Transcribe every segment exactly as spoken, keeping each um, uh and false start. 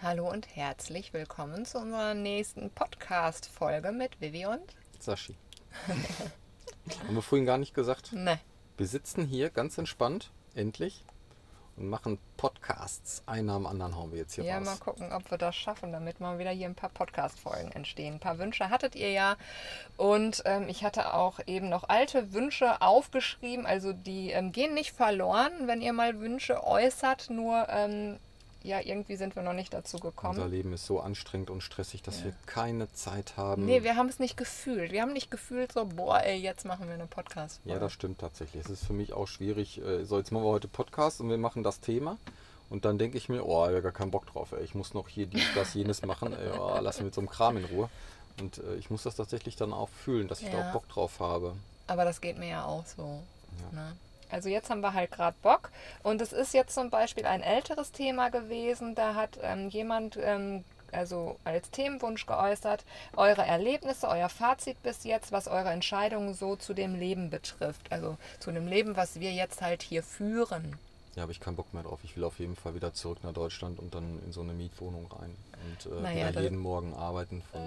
Hallo und herzlich willkommen zu unserer nächsten Podcast-Folge mit Vivi und Sashi. Haben wir vorhin gar nicht gesagt. Ne. Wir sitzen hier ganz entspannt, endlich, und machen Podcasts. Einen nach dem anderen hauen wir jetzt hier Ja, raus. mal gucken, ob wir das schaffen, damit mal wieder hier ein paar Podcast-Folgen entstehen. Ein paar Wünsche hattet ihr ja. Und ähm, ich hatte auch eben noch alte Wünsche aufgeschrieben. Also die ähm, gehen nicht verloren, wenn ihr mal Wünsche äußert. Nur, ähm, ja, irgendwie sind wir noch nicht dazu gekommen. Unser Leben ist so anstrengend und stressig, dass Ja. wir keine Zeit haben. Nee, wir haben es nicht gefühlt. Wir haben nicht gefühlt so, boah, ey, jetzt machen wir eine Podcast-Folge. Ja, das stimmt tatsächlich. Es ist für mich auch schwierig. äh, So, jetzt machen wir heute Podcast und wir machen das Thema. Und dann denke ich mir, oh, ich habe gar keinen Bock drauf. Ey. Ich muss noch hier dies, das, jenes machen. Ey, oh, lass mich mit so einem Kram in Ruhe. Und äh, ich muss das tatsächlich dann auch fühlen, dass ich Ja. da auch Bock drauf habe. Aber das geht mir ja auch so. Ja. Ne? Also jetzt haben wir halt gerade Bock. Und es ist jetzt zum Beispiel ein älteres Thema gewesen. Da hat ähm, jemand ähm, also als Themenwunsch geäußert, eure Erlebnisse, euer Fazit bis jetzt, was eure Entscheidungen so zu dem Leben betrifft. Also zu dem Leben, was wir jetzt halt hier führen. Ja, habe ich keinen Bock mehr drauf. Ich will auf jeden Fall wieder zurück nach Deutschland und dann in so eine Mietwohnung rein. Und äh, Naja, wieder das- jeden Morgen arbeiten von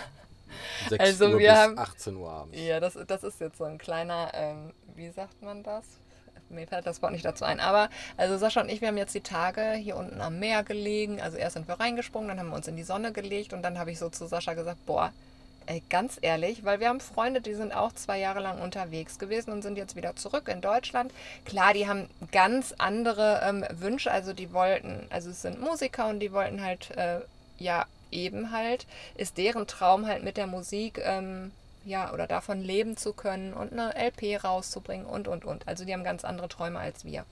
sechs Also Uhr wir bis haben- achtzehn Uhr abends. Ja, das, das ist jetzt so ein kleiner, ähm, wie sagt man das? Mir fällt das Wort nicht dazu ein. Aber, also Sascha und ich, wir haben jetzt die Tage hier unten am Meer gelegen. Also erst sind wir reingesprungen, dann haben wir uns in die Sonne gelegt und dann habe ich so zu Sascha gesagt, boah, ey, ganz ehrlich, weil wir haben Freunde, die sind auch zwei Jahre lang unterwegs gewesen und sind jetzt wieder zurück in Deutschland. Klar, die haben ganz andere ähm, Wünsche, also die wollten, also es sind Musiker und die wollten halt, äh, ja, eben halt, ist deren Traum halt mit der Musik, ähm, ja, oder davon leben zu können und eine L P rauszubringen und, und, und. Also die haben ganz andere Träume als wir.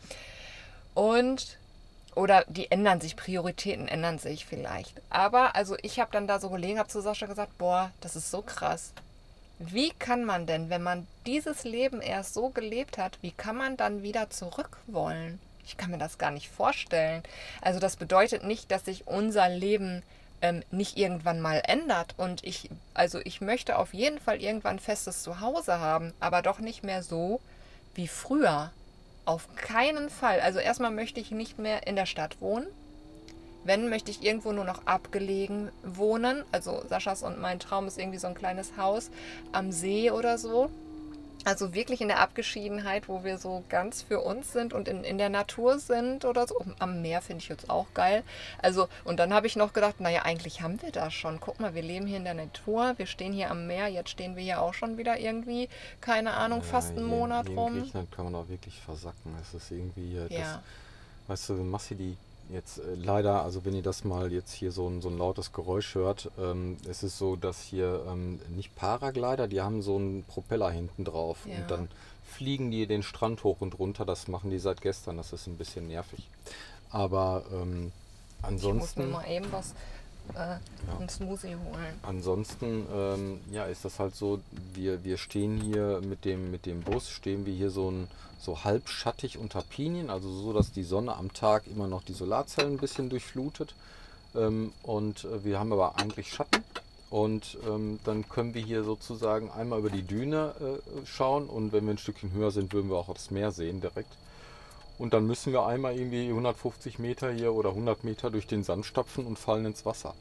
Und, oder die ändern sich, Prioritäten ändern sich vielleicht. Aber, also ich habe dann da so gelegen, habe zu Sascha gesagt, boah, das ist so krass. Wie kann man denn, wenn man dieses Leben erst so gelebt hat, wie kann man dann wieder zurück wollen? Ich kann mir das gar nicht vorstellen. Also das bedeutet nicht, dass sich unser Leben ähm, nicht irgendwann mal ändert. Und ich, also ich möchte auf jeden Fall irgendwann ein festes Zuhause haben, aber doch nicht mehr so wie früher. Auf keinen Fall. Also erstmal möchte ich nicht mehr in der Stadt wohnen. Wenn, möchte ich irgendwo nur noch abgelegen wohnen. Also Saschas und mein Traum ist irgendwie so ein kleines Haus am See oder so. Also wirklich in der Abgeschiedenheit, wo wir so ganz für uns sind und in, in der Natur sind oder so. Am Meer finde ich jetzt auch geil. Also, und dann habe ich noch gedacht, naja, eigentlich haben wir das schon. Guck mal, wir leben hier in der Natur, wir stehen hier am Meer, jetzt stehen wir hier auch schon wieder irgendwie, keine Ahnung, fast einen hier- Monat hier in rum. Griechenland kann man auch wirklich versacken. Es ist irgendwie, äh, Ja. das, weißt du, machst du die jetzt äh, leider, also wenn ihr das mal jetzt hier so ein, so ein lautes Geräusch hört, ähm, es ist so, dass hier ähm, nicht Paraglider, die haben so einen Propeller hinten drauf Ja. und dann fliegen die den Strand hoch und runter. Das machen die seit gestern. Das ist ein bisschen nervig. Aber ähm, Ich muss mir ansonsten... mal eben was, äh, einen Smoothie holen. Ansonsten, ähm, ja, ist das halt so, wir, wir stehen hier mit dem, mit dem Bus, stehen wir hier so, ein, so halb schattig unter Pinien, also so, dass die Sonne am Tag immer noch die Solarzellen ein bisschen durchflutet. Ähm, und äh, wir haben aber eigentlich Schatten. Und ähm, dann können wir hier sozusagen einmal über die Düne äh, schauen und wenn wir ein Stückchen höher sind, würden wir auch das Meer sehen direkt. Und dann müssen wir einmal irgendwie hundertfünfzig Meter hier oder hundert Meter durch den Sand stapfen und fallen ins Wasser.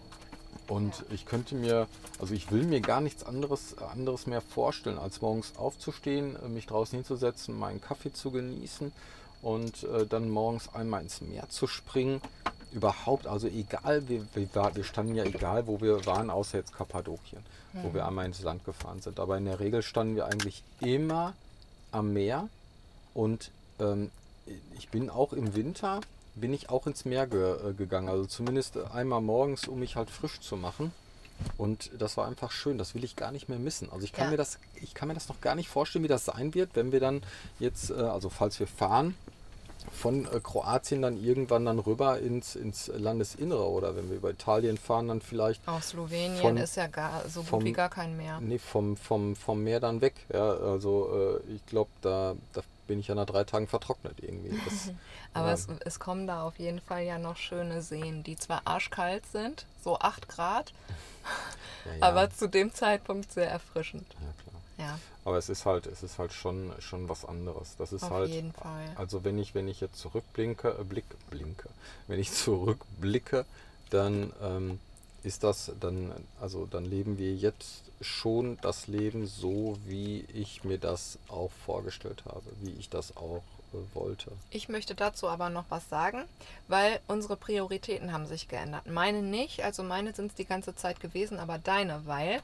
Und ich könnte mir, also ich will mir gar nichts anderes, anderes mehr vorstellen, als morgens aufzustehen, äh, mich draußen hinzusetzen, meinen Kaffee zu genießen und äh, dann morgens einmal ins Meer zu springen. Überhaupt, also egal, wir, wir, war- wir standen ja egal, wo wir waren, außer jetzt Kappadokien, wo wir einmal ins Land gefahren sind. Aber in der Regel standen wir eigentlich immer am Meer und ähm, ich bin auch im Winter, bin ich auch ins Meer ge, äh, gegangen, also zumindest einmal morgens, um mich halt frisch zu machen. Und das war einfach schön, das will ich gar nicht mehr missen. Also ich kann Ja. mir das, ich kann mir das noch gar nicht vorstellen, wie das sein wird, wenn wir dann jetzt, äh, also falls wir fahren, von äh, Kroatien dann irgendwann dann rüber ins, ins Landesinnere oder wenn wir über Italien fahren, dann vielleicht Auch Slowenien Von- ist ja gar, so gut vom- wie gar kein Meer. nee, vom, vom, vom Meer dann weg. Ja, also äh, ich glaube, da, da bin ich ja nach drei Tagen vertrocknet irgendwie. Das, Aber ja. es, es kommen da auf jeden Fall ja noch schöne Seen, die zwar arschkalt sind, so acht Grad, ja, ja, aber zu dem Zeitpunkt sehr erfrischend. ja, klar. Ja, Aber es ist halt, es ist halt schon, schon was anderes. Das ist auf halt, jeden Fall. also wenn ich, wenn ich jetzt zurückblinke, äh, blick, blinke, wenn ich zurückblicke, dann ähm, ist das, dann, also dann leben wir jetzt schon das Leben so, wie ich mir das auch vorgestellt habe, wie ich das auch äh, wollte. Ich möchte dazu aber noch was sagen, weil unsere Prioritäten haben sich geändert. Meine nicht, also meine sind es die ganze Zeit gewesen, aber deine, weil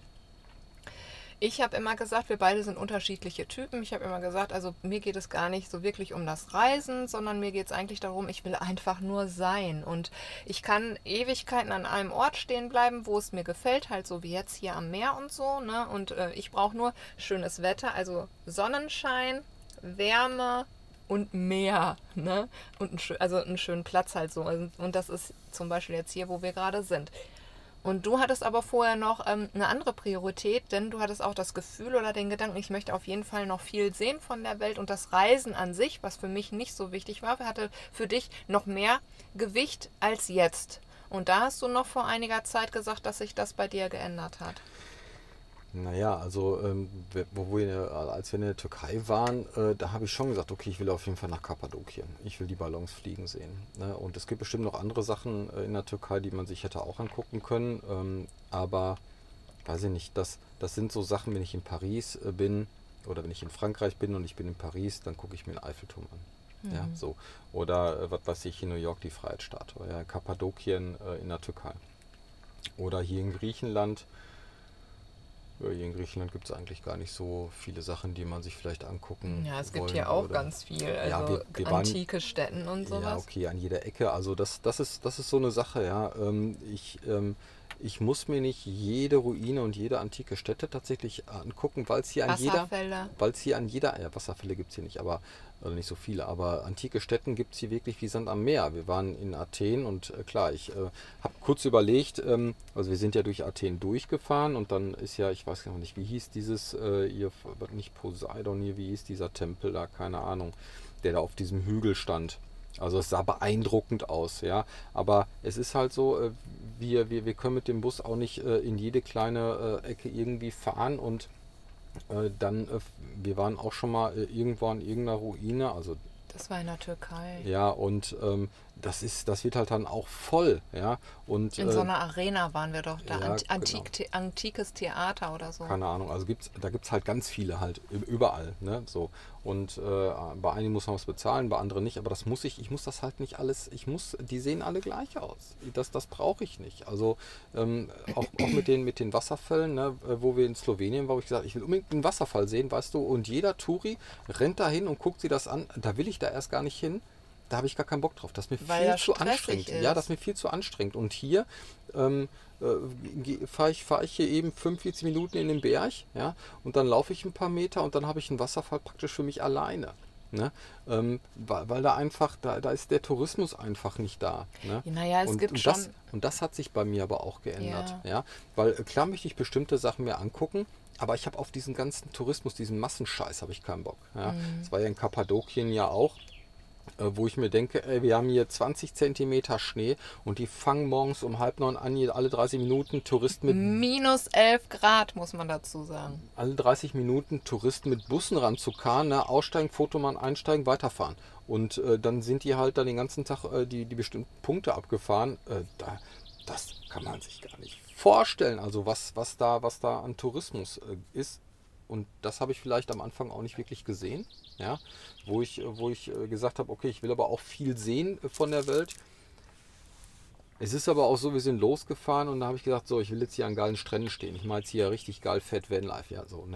ich habe immer gesagt, wir beide sind unterschiedliche Typen. Ich habe immer gesagt, also mir geht es gar nicht so wirklich um das Reisen, sondern mir geht es eigentlich darum, ich will einfach nur sein. Und ich kann Ewigkeiten an einem Ort stehen bleiben, wo es mir gefällt, halt so wie jetzt hier am Meer und so. Ne? Und äh, ich brauche nur schönes Wetter, also Sonnenschein, Wärme und Meer. Ne? Und ein, also einen schönen Platz halt so. Und das ist zum Beispiel jetzt hier, wo wir gerade sind. Und du hattest aber vorher noch ähm, eine andere Priorität, denn du hattest auch das Gefühl oder den Gedanken, ich möchte auf jeden Fall noch viel sehen von der Welt, und das Reisen an sich, was für mich nicht so wichtig war, hatte für dich noch mehr Gewicht als jetzt. Und da hast du noch vor einiger Zeit gesagt, dass sich das bei dir geändert hat. Naja, also ähm, wir- wo wir, als wir in der Türkei waren, äh, da habe ich schon gesagt, okay, ich will auf jeden Fall nach Kappadokien. Ich will die Ballons fliegen sehen. Ne? Und es gibt bestimmt noch andere Sachen äh, in der Türkei, die man sich hätte auch angucken können. Ähm, aber weiß ich nicht, das, das sind so Sachen, wenn ich in Paris äh, bin oder wenn ich in Frankreich bin und ich bin in Paris, dann gucke ich mir den Eiffelturm an. Ja, Mhm. so. Oder äh, was weiß ich, in New York die Freiheitsstatue, ja, Kappadokien äh, in der Türkei. Oder hier in Griechenland. Ja, hier in Griechenland gibt es eigentlich gar nicht so viele Sachen, die man sich vielleicht angucken Ja, es gibt wollen hier auch würde. ganz viel, Ja, also wir, wir waren, antike Städten und ja, sowas. okay, an jeder Ecke. Also das, das ist, das ist so eine Sache, ja. Ähm, ich, ähm, ich muss mir nicht jede Ruine und jede antike Stätte tatsächlich angucken, weil es hier an jeder, Wasserfälle. weil es hier an jeder, ja, Wasserfälle gibt es hier nicht, aber also nicht so viele, aber antike Städten gibt es hier wirklich wie Sand am Meer. Wir waren in Athen und äh, klar, ich äh, habe kurz überlegt, ähm, also wir sind ja durch Athen durchgefahren und dann ist ja, ich weiß gar nicht, wie hieß dieses, äh, ihr, nicht Poseidon hier, wie hieß dieser Tempel da, keine Ahnung, der da auf diesem Hügel stand. Also es sah beeindruckend aus, ja. Aber es ist halt so, äh, wir, wir, wir können mit dem Bus auch nicht äh, in jede kleine äh, Ecke irgendwie fahren und äh, dann, äh, wir waren auch schon mal äh, irgendwo an irgendeiner Ruine, also Das war in der Türkei. ja, und ähm, das ist, das wird halt dann auch voll, ja. Und In so äh, einer Arena waren wir doch da. ja, Ant genau. Antik The antikes Theater oder so. Keine Ahnung, also gibt's, da gibt es halt ganz viele halt, ü- überall, ne, so. Und äh, bei einigen muss man was bezahlen, bei anderen nicht, aber das muss ich, ich muss das halt nicht alles, ich muss, die sehen alle gleich aus. Das, das brauche ich nicht. Also ähm, auch, auch mit den, mit den Wasserfällen, ne, äh, wo wir in Slowenien waren, wo ich gesagt, ich will unbedingt einen Wasserfall sehen, weißt du, und jeder Touri rennt da hin und guckt sich das an, da will ich da erst gar nicht hin. Da habe ich gar keinen Bock drauf. Das ist mir Weil viel das zu stressig anstrengend. ist. Ja, das ist mir viel zu anstrengend. Und hier ähm, äh, fahre ich, fahr ich hier eben fünfundvierzig Minuten in den Berg, ja, und dann laufe ich ein paar Meter und dann habe ich einen Wasserfall praktisch für mich alleine. Ne? Ähm, weil, weil da einfach, da, da ist der Tourismus einfach nicht da. Ne? Naja, es Und, gibt und, schon. das, und das hat sich bei mir aber auch geändert. Ja. Ja? Weil äh, klar möchte ich bestimmte Sachen mir angucken, aber ich habe auf diesen ganzen Tourismus, diesen Massenscheiß habe ich keinen Bock. Ja? Das war ja in Kappadokien ja auch, äh, wo ich mir denke, ey, wir haben hier zwanzig Zentimeter Schnee und die fangen morgens um halb neun an, hier alle dreißig Minuten Touristen mit Minus elf Grad, muss man dazu sagen. alle dreißig Minuten Touristen mit Bussen ranzukarren, ne? Aussteigen, Foto machen, einsteigen, weiterfahren. Und äh, dann sind die halt dann den ganzen Tag äh, die, die bestimmten Punkte abgefahren. Äh, da, das kann man sich gar nicht vorstellen, also was, was, da, was da an Tourismus äh, ist. Und das habe ich vielleicht am Anfang auch nicht wirklich gesehen, ja? Wo ich, äh, wo ich äh, gesagt habe, okay, ich will aber auch viel sehen äh, von der Welt. Es ist aber auch so, wir sind losgefahren und da habe ich gesagt, so, ich will jetzt hier an geilen Stränden stehen. Ich mache jetzt hier richtig geil Fat Vanlife, ja, so, ne?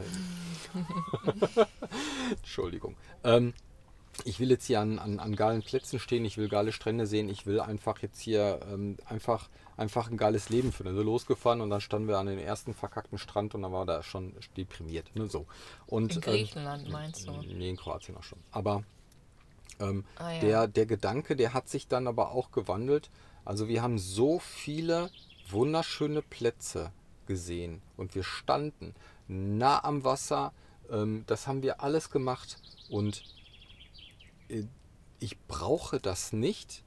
Entschuldigung. Ähm, ich will jetzt hier an, an, an geilen Plätzen stehen, ich will geile Strände sehen, ich will einfach jetzt hier ähm, einfach, einfach ein geiles Leben führen. Also losgefahren und dann standen wir an den ersten verkackten Strand und dann war da schon deprimiert, ne, so. Und, In Griechenland, ähm, meinst du? Nee, in Kroatien auch schon. Aber ähm, Ah, ja. der, der Gedanke, der hat sich dann aber auch gewandelt. Also wir haben so viele wunderschöne Plätze gesehen und wir standen nah am Wasser. Ähm, das haben wir alles gemacht und äh, ich brauche das nicht,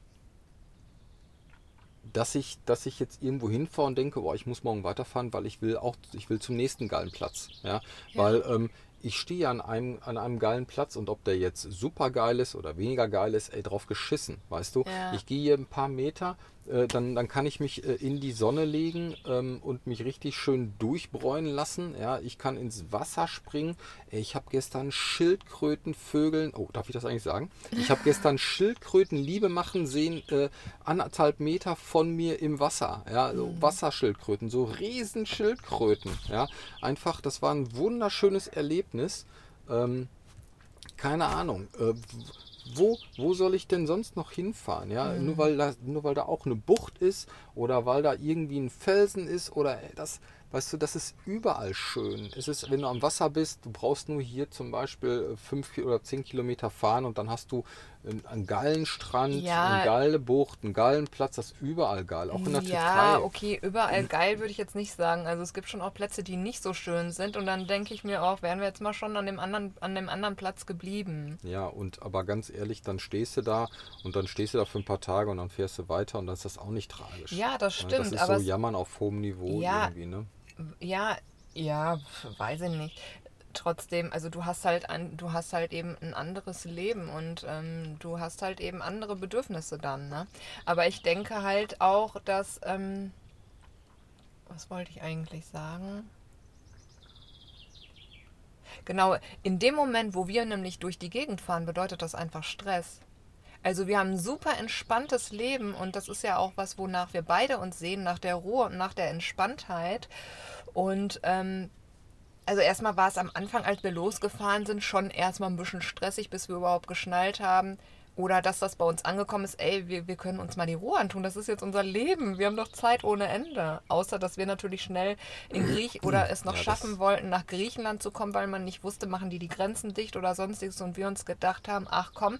dass ich, dass ich jetzt irgendwo hinfahre und denke, boah, ich muss morgen weiterfahren, weil ich will auch, ich will zum nächsten geilen Platz. Ja? Ja. Weil ähm, ich stehe an einem, an einem geilen Platz und ob der jetzt super geil ist oder weniger geil ist, ey, drauf geschissen, weißt du? Ja. Ich gehe hier ein paar Meter äh, dann, dann kann ich mich äh, in die Sonne legen ähm, und mich richtig schön durchbräunen lassen. Ja, ich kann ins Wasser springen. Ich habe gestern Schildkrötenvögeln, oh, darf ich das eigentlich sagen? Ich habe gestern Schildkröten Liebe machen sehen, äh, anderthalb Meter von mir im Wasser. Ja, so Mhm. Wasserschildkröten, so Riesenschildkröten. Ja, einfach, das war ein wunderschönes Erlebnis. Ähm, keine Ahnung. Äh, wo, wo soll ich denn sonst noch hinfahren? Ja, nur Mhm. weil da, nur weil da auch eine Bucht ist oder weil da irgendwie ein Felsen ist oder ey, das, weißt du, das ist überall schön. Es ist, wenn du am Wasser bist, du brauchst nur hier zum Beispiel fünf oder zehn Kilometer fahren und dann hast du einen, einen geilen Strand, eine Ja, geile Bucht, einen geilen Platz, das ist überall geil, auch in der ja, Türkei. okay, überall geil würde ich jetzt nicht sagen. Also es gibt schon auch Plätze, die nicht so schön sind und dann denke ich mir auch, wären wir jetzt mal schon an dem anderen, an dem anderen Platz geblieben. Ja, und aber ganz ehrlich, dann stehst du da und dann stehst du da für ein paar Tage und dann fährst du weiter und dann ist das auch nicht tragisch. Ja, das Ja, das stimmt, ist aber so es, Jammern auf hohem Niveau ja, irgendwie, ne? ja, ja, weiß ich nicht. Trotzdem, also du hast halt ein, du hast halt eben ein anderes Leben und ähm, du hast halt eben andere Bedürfnisse dann, ne? Aber ich denke halt auch, dass, ähm, was wollte ich eigentlich sagen? Genau, in dem Moment, wo wir nämlich durch die Gegend fahren, bedeutet das einfach Stress. Also wir haben ein super entspanntes Leben und das ist ja auch was, wonach wir beide uns sehen, nach der Ruhe und nach der Entspanntheit. Und ähm, also erstmal war es am Anfang, als wir losgefahren sind, schon erstmal ein bisschen stressig, bis wir überhaupt geschnallt haben. Oder dass das bei uns angekommen ist, ey, wir, wir können uns mal die Ruhe antun, das ist jetzt unser Leben, wir haben doch Zeit ohne Ende. Außer, dass wir natürlich schnell in Griech oder es noch Ja, schaffen das, wollten, nach Griechenland zu kommen, weil man nicht wusste, machen die die Grenzen dicht oder sonstiges und wir uns gedacht haben, ach komm,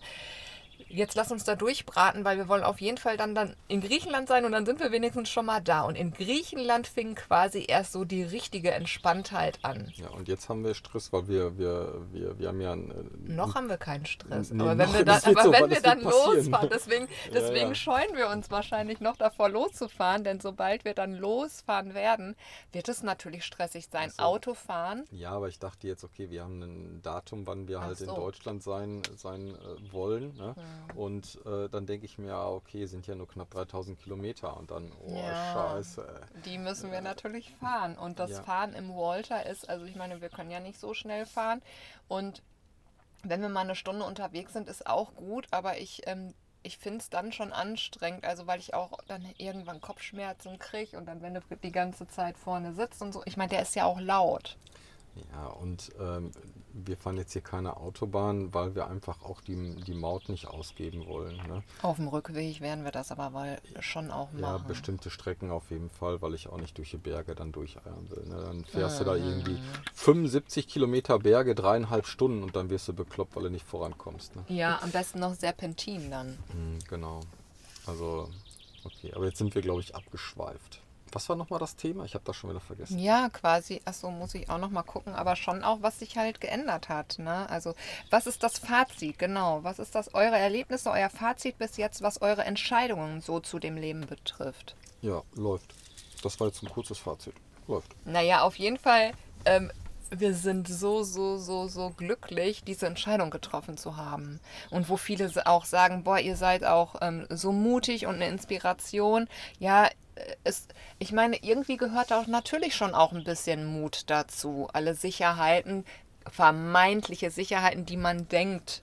jetzt lass uns da durchbraten, weil wir wollen auf jeden Fall dann, dann in Griechenland sein und dann sind wir wenigstens schon mal da. Und in Griechenland fing quasi erst so die richtige Entspanntheit an. ja, und jetzt haben wir Stress, weil wir, wir, wir, wir haben ja ein, Noch ein, haben wir keinen Stress. nee, Aber wenn noch, wir dann, das wird aber so, wenn weil wir das wird dann passieren. losfahren, deswegen, Ja, deswegen ja. scheuen wir uns wahrscheinlich noch davor loszufahren, denn sobald wir dann losfahren werden, wird es natürlich stressig sein. Achso. Autofahren. Ja, aber ich dachte jetzt, okay, wir haben ein Datum, wann wir Ach halt in so. Deutschland sein, sein äh, wollen. Ne? Und äh, dann denke ich mir, ah, okay, sind ja nur knapp dreitausend Kilometer und dann, oh, Ja, scheiße. die müssen wir natürlich fahren. Und das Ja, Fahren im Walter ist, also ich meine, wir können ja nicht so schnell fahren. Und wenn wir mal eine Stunde unterwegs sind, ist auch gut, aber ich, ähm, ich finde es dann schon anstrengend, also weil ich auch dann irgendwann Kopfschmerzen kriege und dann, wenn du die ganze Zeit vorne sitzt und so. Ich meine, der ist ja auch laut. ja, und ähm, wir fahren jetzt hier keine Autobahn, weil wir einfach auch die, die Maut nicht ausgeben wollen. Ne? Auf dem Rückweg werden wir das aber mal schon auch Ja, machen. bestimmte Strecken auf jeden Fall, weil ich auch nicht durch die Berge dann durcheiern will. Ne? Dann fährst du da irgendwie fünfundsiebzig Kilometer Berge, dreieinhalb Stunden und dann wirst du bekloppt, weil du nicht vorankommst. Ne? Ja, am besten noch Serpentin dann. Hm, genau. Also, okay, aber jetzt sind wir, glaube ich, abgeschweift. Was war nochmal das Thema? Ich habe das schon wieder vergessen. Ja, quasi. Achso, muss ich auch noch mal gucken, aber schon auch, was sich halt geändert hat. Ne? Also, was ist das Fazit? Genau. Was ist das, eure Erlebnisse, euer Fazit bis jetzt, was eure Entscheidungen so zu dem Leben betrifft? Ja, läuft. Das war jetzt ein kurzes Fazit. Läuft. Naja, auf jeden Fall, ähm, wir sind so, so, so, so glücklich, diese Entscheidung getroffen zu haben. Und wo viele auch sagen, boah, ihr seid auch ähm, so mutig und eine Inspiration. Ja, äh, es, ich meine, irgendwie gehört auch natürlich schon auch ein bisschen Mut dazu. Alle Sicherheiten, vermeintliche Sicherheiten, die man denkt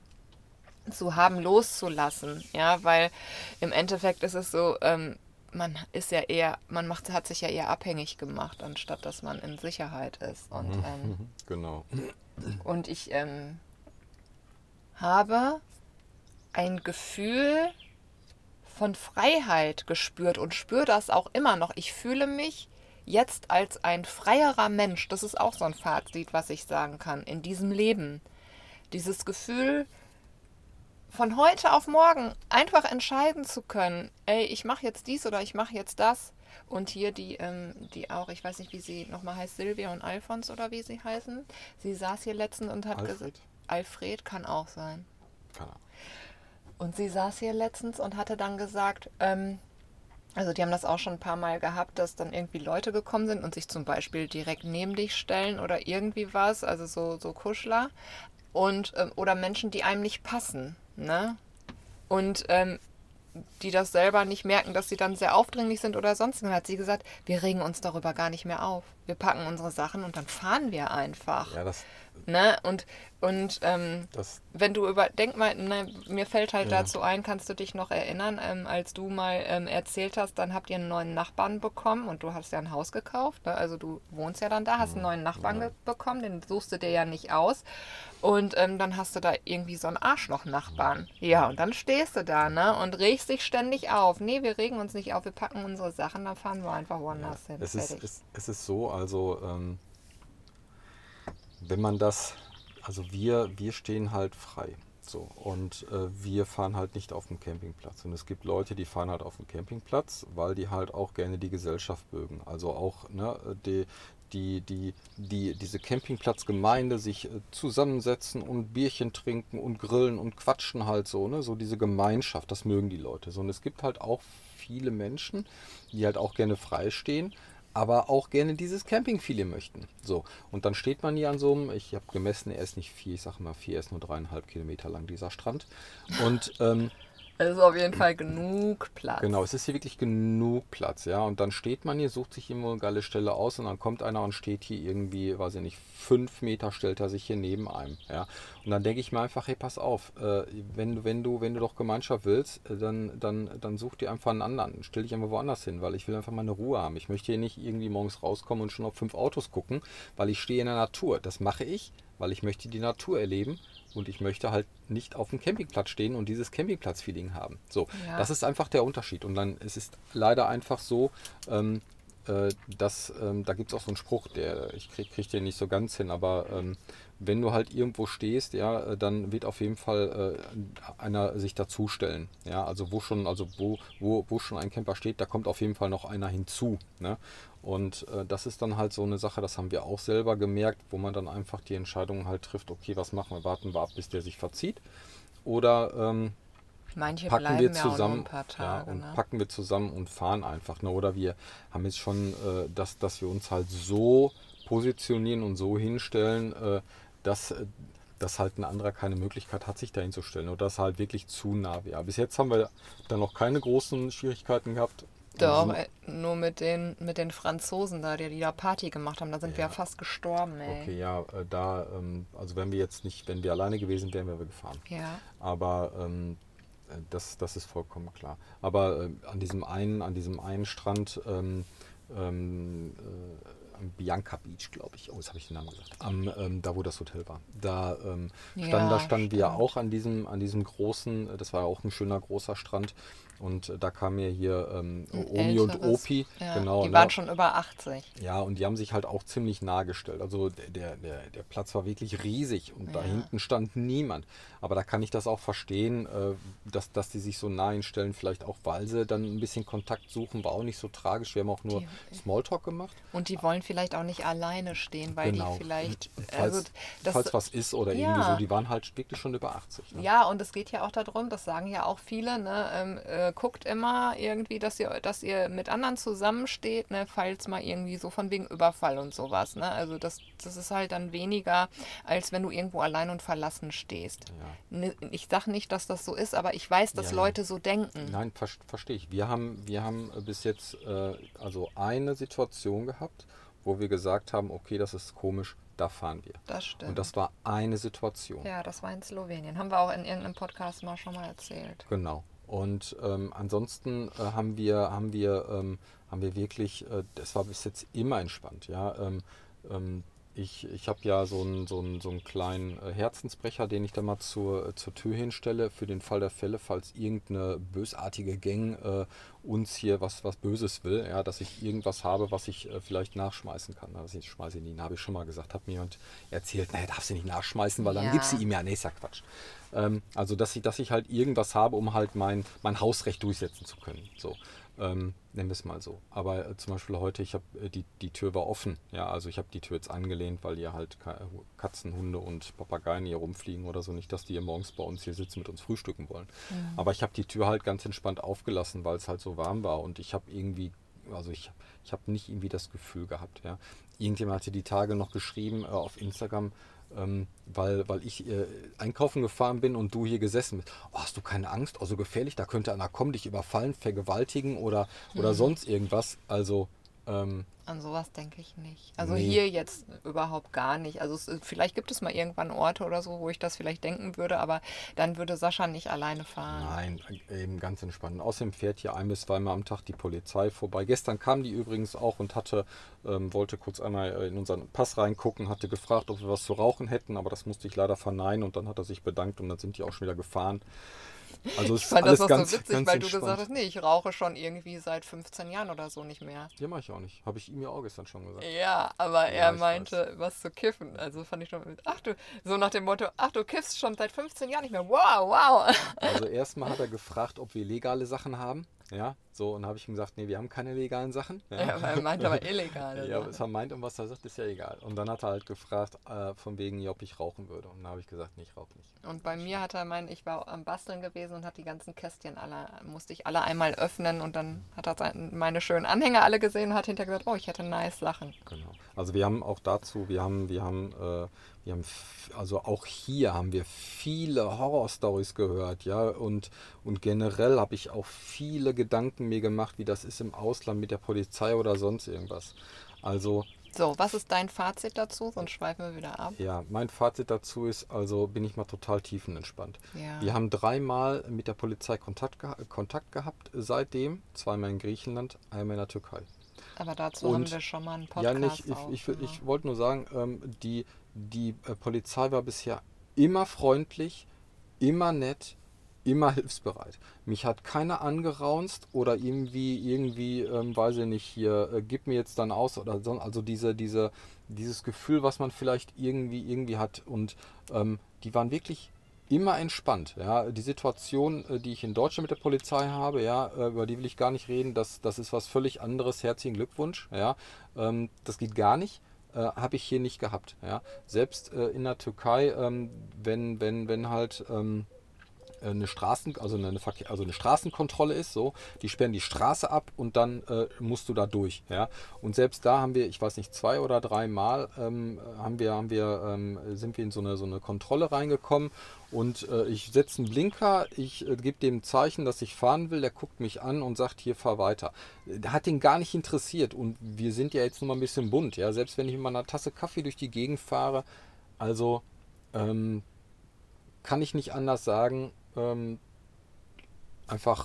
zu haben, loszulassen. Ja, weil im Endeffekt ist es so, ähm, man ist ja eher, man macht, hat sich ja eher abhängig gemacht, anstatt dass man in Sicherheit ist. Und, ähm, Mhm, genau. und ich ähm, habe ein Gefühl von Freiheit gespürt und spüre das auch immer noch. Ich fühle mich jetzt als ein freierer Mensch. Das ist auch so ein Fazit, was ich sagen kann, in diesem Leben. Dieses Gefühl, von heute auf morgen einfach entscheiden zu können, ey, ich mache jetzt dies oder ich mache jetzt das. Und hier die, ähm, die auch, ich weiß nicht, wie sie nochmal heißt, Silvia und Alfons oder wie sie heißen. Sie saß hier letztens und hat gesagt, Alfred? Alfred kann auch sein. Keine Ahnung. Und sie saß hier letztens und hatte dann gesagt, ähm, also die haben das auch schon ein paar Mal gehabt, dass dann irgendwie Leute gekommen sind und sich zum Beispiel direkt neben dich stellen oder irgendwie was, also so, so Kuschler. Und, ähm, oder Menschen, die einem nicht passen. Ne? Und ähm, die das selber nicht merken, dass sie dann sehr aufdringlich sind oder sonst. Dann hat sie gesagt, wir regen uns darüber gar nicht mehr auf. Wir packen unsere Sachen und dann fahren wir einfach. Ja, das, Ne? Und, und ähm, das, wenn du über, denk mal, ne, mir fällt halt ja. dazu ein, kannst du dich noch erinnern, ähm, als du mal ähm, erzählt hast, dann habt ihr einen neuen Nachbarn bekommen und du hast ja ein Haus gekauft, ne? Also du wohnst ja dann da, hast einen neuen Nachbarn Ja. ge- bekommen, den suchst du dir ja nicht aus und ähm, dann hast du da irgendwie so einen Arschloch-Nachbarn. Ja, und dann stehst du da, ne, und regst dich ständig auf. Nee, wir regen uns nicht auf, wir packen unsere Sachen, dann fahren wir einfach Ja, woanders hin. es ist, Fertig. es, es ist so, also ähm, wenn man das, also wir, wir stehen halt frei. So, und äh, wir fahren halt nicht auf dem Campingplatz. Und es gibt Leute, die fahren halt auf dem Campingplatz, weil die halt auch gerne die Gesellschaft mögen. Also auch ne, die, die, die, die, diese Campingplatzgemeinde sich äh, zusammensetzen und Bierchen trinken und grillen und quatschen halt so, ne? So diese Gemeinschaft, das mögen die Leute. So, und es gibt halt auch viele Menschen, die halt auch gerne frei stehen, aber auch gerne dieses Camping-Feeling möchten. So, und dann steht man hier an so einem, ich habe gemessen, er ist nicht vier, ich sage mal vier, er ist nur dreieinhalb Kilometer lang, dieser Strand. Und ähm, Es ist auf jeden Fall genug Platz. genau, es ist hier wirklich genug Platz, ja. Und dann steht man hier, sucht sich irgendwo eine geile Stelle aus und dann kommt einer und steht hier irgendwie, weiß ich nicht, fünf Meter stellt er sich hier neben einem, ja. Und dann denke ich mir einfach, hey, pass auf, äh, wenn du, wenn du, wenn du doch Gemeinschaft willst, äh, dann, dann, dann such dir einfach einen anderen. Stell dich einfach woanders hin, weil ich will einfach meine Ruhe haben. Ich möchte hier nicht irgendwie morgens rauskommen und schon auf fünf Autos gucken, weil ich stehe in der Natur. Das mache ich, weil ich möchte die Natur erleben und ich möchte halt nicht auf dem Campingplatz stehen und dieses Campingplatz-Feeling haben. So, Ja. das ist einfach der Unterschied. Und dann es ist leider einfach so, ähm, äh, dass ähm, da gibt es auch so einen Spruch, der ich krieg, krieg den nicht so ganz hin, aber ähm, wenn du halt irgendwo stehst, ja, äh, dann wird auf jeden Fall äh, einer sich dazustellen. Ja, also wo schon, also wo, wo, wo schon ein Camper steht, da kommt auf jeden Fall noch einer hinzu. Ne? Und äh, das ist dann halt so eine Sache, das haben wir auch selber gemerkt, wo man dann einfach die Entscheidung halt trifft, okay, was machen wir, warten wir ab, bis der sich verzieht. Oder ähm, Manche packen bleiben wir ja auch nur zusammen, ein paar ja, Tage, und ne? packen wir zusammen und fahren einfach. Ne? Oder wir haben jetzt schon, äh, dass, dass wir uns halt so positionieren und so hinstellen, äh, dass, äh, dass halt ein anderer keine Möglichkeit hat, sich dahin zu stellen. Oder dass er halt wirklich zu nah wäre. Bis jetzt haben wir da noch keine großen Schwierigkeiten gehabt. Und Doch, sind, äh, nur mit den, mit den Franzosen da, die, die da Party gemacht haben, da sind wir ja Ja. fast gestorben, ey. okay, ja, äh, da, ähm, also wenn wir jetzt nicht, wenn wir alleine gewesen wären, wären wir gefahren. Ja. Aber ähm, äh, das, das ist vollkommen klar. Aber äh, an diesem einen, an diesem einen Strand, ähm, ähm, äh, am Bianca Beach, glaube ich. Oh, jetzt habe ich den Namen gesagt. Am, ähm, da, wo das Hotel war. Da, ähm, standen, Ja, da standen wir stimmt. auch an diesem, an diesem großen, äh, das war auch ein schöner großer Strand. Und äh, da kam mir hier ähm, Ein Omi und älteres, Opi, ja, genau, die ne? waren schon über achtzig. Ja, und die haben sich halt auch ziemlich nah gestellt. Also der, der, der der Platz war wirklich riesig und da Ja. hinten stand niemand. Aber da kann ich das auch verstehen, äh, dass, dass die sich so nah hinstellen, vielleicht auch, weil sie dann ein bisschen Kontakt suchen, war auch nicht so tragisch. Wir haben auch nur Die- Smalltalk gemacht. Und die wollen vielleicht auch nicht alleine stehen, weil Genau. die vielleicht, Und also falls, das, falls was ist oder ja. irgendwie so, die waren halt wirklich schon über achtzig. Ne? ja, und es geht ja auch darum, das sagen ja auch viele, ne, ähm, äh, guckt immer irgendwie, dass ihr, dass ihr mit anderen zusammensteht, ne, falls mal irgendwie so von wegen Überfall und sowas, ne, also das, das ist halt dann weniger, als wenn du irgendwo allein und verlassen stehst. Ja. Ne, ich sag nicht, dass das so ist, aber ich weiß, dass Ja, ja. Leute so denken. Nein, ver verstehe ich. Wir haben, wir haben bis jetzt äh, also eine Situation gehabt, wo wir gesagt haben, okay, das ist komisch, da fahren wir. Das stimmt. Und das war eine Situation. Ja, das war in Slowenien. Haben wir auch in irgendeinem Podcast mal schon mal erzählt. Genau. Und ähm, ansonsten äh, haben wir, haben wir, ähm, haben wir wirklich, äh, das war bis jetzt immer entspannt, ja. Ähm, ähm, ich ich habe ja so einen, so einen, so einen kleinen äh, Herzensbrecher, den ich da mal zur, zur Tür hinstelle, für den Fall der Fälle, falls irgendeine bösartige Gang äh, uns hier was, was Böses will, ja, dass ich irgendwas habe, was ich äh, vielleicht nachschmeißen kann. Na, das ich schmeiße ich nie, habe ich schon mal gesagt, hat mir jemand erzählt, naja, darfst du nicht nachschmeißen, weil dann Ja. gibst du ihm ja, nee, ist ja Quatsch. Ähm, also, dass ich, dass ich halt irgendwas habe, um halt mein, mein Hausrecht durchsetzen zu können. So, ähm, nennen wir es mal so. Aber äh, zum Beispiel heute, ich habe äh, die, die Tür war offen. Ja, also ich habe die Tür jetzt angelehnt, weil hier halt Ka- Katzen, Hunde und Papageien hier rumfliegen oder so. Nicht, dass die hier morgens bei uns hier sitzen, mit uns frühstücken wollen. Aber ich habe die Tür halt ganz entspannt aufgelassen, weil es halt so warm war und ich habe irgendwie, also ich, ich habe nicht irgendwie das Gefühl gehabt, ja. Irgendjemand hatte die Tage noch geschrieben äh, auf Instagram, ähm, weil, weil ich äh, einkaufen gefahren bin und du hier gesessen bist. Oh, hast du keine Angst? Oh, so gefährlich, da könnte einer kommen, dich überfallen, vergewaltigen oder, oder sonst irgendwas. Also, ähm, An sowas denke ich nicht. Also nee. hier jetzt überhaupt gar nicht. Also es, vielleicht gibt es mal irgendwann Orte oder so, wo ich das vielleicht denken würde, aber dann würde Sascha nicht alleine fahren. Nein, eben ganz entspannt. Außerdem fährt hier ein bis zweimal am Tag die Polizei vorbei. Gestern kam die übrigens auch und hatte, ähm, wollte kurz einmal in unseren Pass reingucken, hatte gefragt, ob wir was zu rauchen hätten, aber das musste ich leider verneinen und dann hat er sich bedankt und dann sind die auch schon wieder gefahren. Also es Ich ist fand alles das noch ganz, so witzig, ganz weil du entspannt. gesagt hast, nee, ich rauche schon irgendwie seit fünfzehn Jahren oder so nicht mehr. Ja, mache ich auch nicht. Habe ich ihm ja auch gestern schon gesagt. Ja, aber Ja, er ich meinte, was zu kiffen. Also fand ich schon, ach du, so nach dem Motto, ach du kiffst schon seit fünfzehn Jahren nicht mehr. Wow, wow. Also erstmal hat er gefragt, ob wir legale Sachen haben. Ja, so, und habe ich ihm gesagt, nee, wir haben keine legalen Sachen. Ja, Ja, weil er meinte aber illegale ja, Sachen. was er meint und was er sagt, ist ja egal. Und dann hat er halt gefragt, äh, von wegen, ja, ob ich rauchen würde. Und dann habe ich gesagt, nee, ich rauche nicht. Und bei mir hat er meint, ich war am Basteln gewesen und hat die ganzen Kästchen alle, musste ich alle einmal öffnen und dann hat er sein- meine schönen Anhänger alle gesehen und hat hinterher gesagt, oh, ich hätte nice Sachen. Genau. Also wir haben auch dazu, wir haben, wir haben, äh, wir haben, f- also auch hier haben wir viele Horrorstories gehört, ja, und, und generell habe ich auch viele Gedanken mir gemacht, wie das ist im Ausland mit der Polizei oder sonst irgendwas. Also So, was ist dein Fazit dazu? Sonst schweifen wir wieder ab. ja, mein Fazit dazu ist, also bin ich mal total tiefenentspannt. Ja. Wir haben dreimal mit der Polizei Kontakt, geha Kontakt gehabt seitdem, zweimal in Griechenland, einmal in der Türkei. Aber dazu Und- haben wir schon mal einen Podcast Ja, nicht, ich, auch, ich, ne? ich wollte nur sagen, ähm, die, die äh, Polizei war bisher immer freundlich, immer nett, immer hilfsbereit. Mich hat keiner angeraunzt oder irgendwie, irgendwie, ähm, weiß ich nicht, hier, äh, gib mir jetzt dann aus oder so. Also diese, diese, dieses Gefühl, was man vielleicht irgendwie, irgendwie hat. Und ähm, die waren wirklich immer entspannt. Ja, die Situation, äh, die ich in Deutschland mit der Polizei habe, ja, äh, über die will ich gar nicht reden. Das, das ist was völlig anderes. Herzlichen Glückwunsch. Ja, ähm, das geht gar nicht. Äh, habe ich hier nicht gehabt. Ja, selbst äh, in der Türkei, ähm, wenn, wenn, wenn halt ähm, eine Straßen, also eine, Verkehr, also eine Straßenkontrolle ist, so, die sperren die Straße ab und dann äh, musst du da durch, ja. Und selbst da haben wir, ich weiß nicht, zwei oder drei Mal ähm, haben wir, haben wir, ähm, sind wir in so eine, so eine Kontrolle reingekommen und äh, ich setze einen Blinker, ich äh, gebe dem ein Zeichen, dass ich fahren will, der guckt mich an und sagt, hier, fahr weiter. Der hat den gar nicht interessiert und wir sind ja jetzt nur mal ein bisschen bunt, ja. Selbst wenn ich mit meiner Tasse Kaffee durch die Gegend fahre, also ähm, kann ich nicht anders sagen, ähm, einfach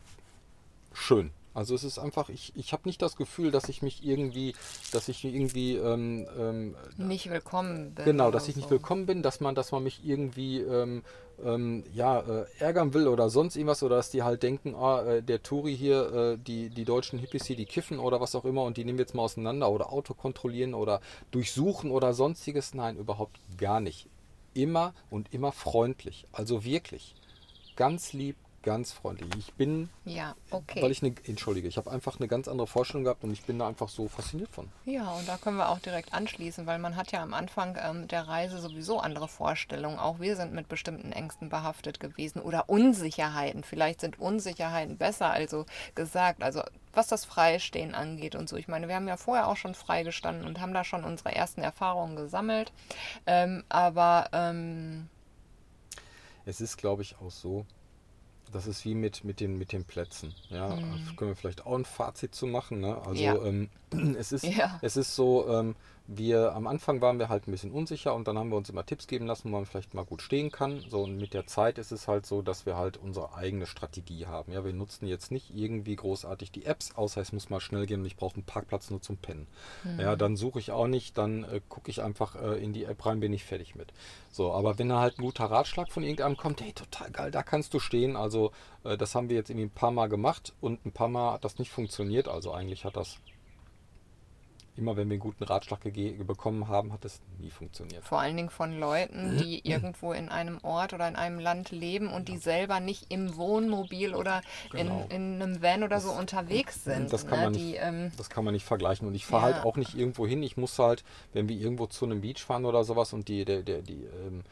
schön. Also es ist einfach, ich, ich habe nicht das Gefühl, dass ich mich irgendwie, dass ich irgendwie, ähm, ähm, Nicht willkommen bin. genau, oder dass ich nicht so. willkommen bin, dass man, dass man mich irgendwie, ähm, ähm, ja, äh, ärgern will oder sonst irgendwas oder dass die halt denken, ah, äh, der Touri hier, äh, die, die deutschen Hippies hier, die kiffen oder was auch immer und die nehmen wir jetzt mal auseinander oder Auto kontrollieren oder durchsuchen oder sonstiges. Nein, überhaupt gar nicht. Immer und immer freundlich. Also wirklich. Ganz lieb, ganz freundlich. Ich bin, Ja, okay. weil ich eine, entschuldige, ich habe einfach eine ganz andere Vorstellung gehabt und ich bin da einfach so fasziniert von. Ja, und da können wir auch direkt anschließen, weil man hat ja am Anfang ähm, der Reise sowieso andere Vorstellungen. Auch wir sind mit bestimmten Ängsten behaftet gewesen oder Unsicherheiten. Vielleicht sind Unsicherheiten besser, also gesagt. Also was das Freistehen angeht und so. Ich meine, wir haben ja vorher auch schon freigestanden und haben da schon unsere ersten Erfahrungen gesammelt. Ähm, aber ähm, Es ist, glaube ich, auch so, das ist wie mit, mit, den, mit den Plätzen. Ja, mhm. Können wir vielleicht auch ein Fazit zu machen. Ne? Also Ja. ähm, es, ist, Ja. es ist so, ähm, wir am Anfang waren wir halt ein bisschen unsicher und dann haben wir uns immer Tipps geben lassen, wo man vielleicht mal gut stehen kann. So, und mit der Zeit ist es halt so, dass wir halt unsere eigene Strategie haben. Ja, wir nutzen jetzt nicht irgendwie großartig die Apps, außer es muss mal schnell gehen und ich brauche einen Parkplatz nur zum Pennen. Mhm. Ja, dann suche ich auch nicht, dann äh, gucke ich einfach äh, in die App rein, bin ich fertig mit. So, aber wenn da halt ein guter Ratschlag von irgendeinem kommt, hey, total geil, da kannst du stehen. Also äh, das haben wir jetzt irgendwie ein paar Mal gemacht und ein paar Mal hat das nicht funktioniert. Also eigentlich hat das immer, wenn wir einen guten Ratschlag bekommen haben, hat es nie funktioniert. Vor allen Dingen von Leuten, die irgendwo in einem Ort oder in einem Land leben und die selber nicht im Wohnmobil oder Genau. in, in einem Van oder Das- so unterwegs sind. Das kann, ne? man die, nicht, ähm, das kann man nicht vergleichen. Und ich fahre Ja. halt auch nicht irgendwo hin. Ich muss halt, wenn wir irgendwo zu einem Beach fahren oder sowas und die, der, der, die, ähm,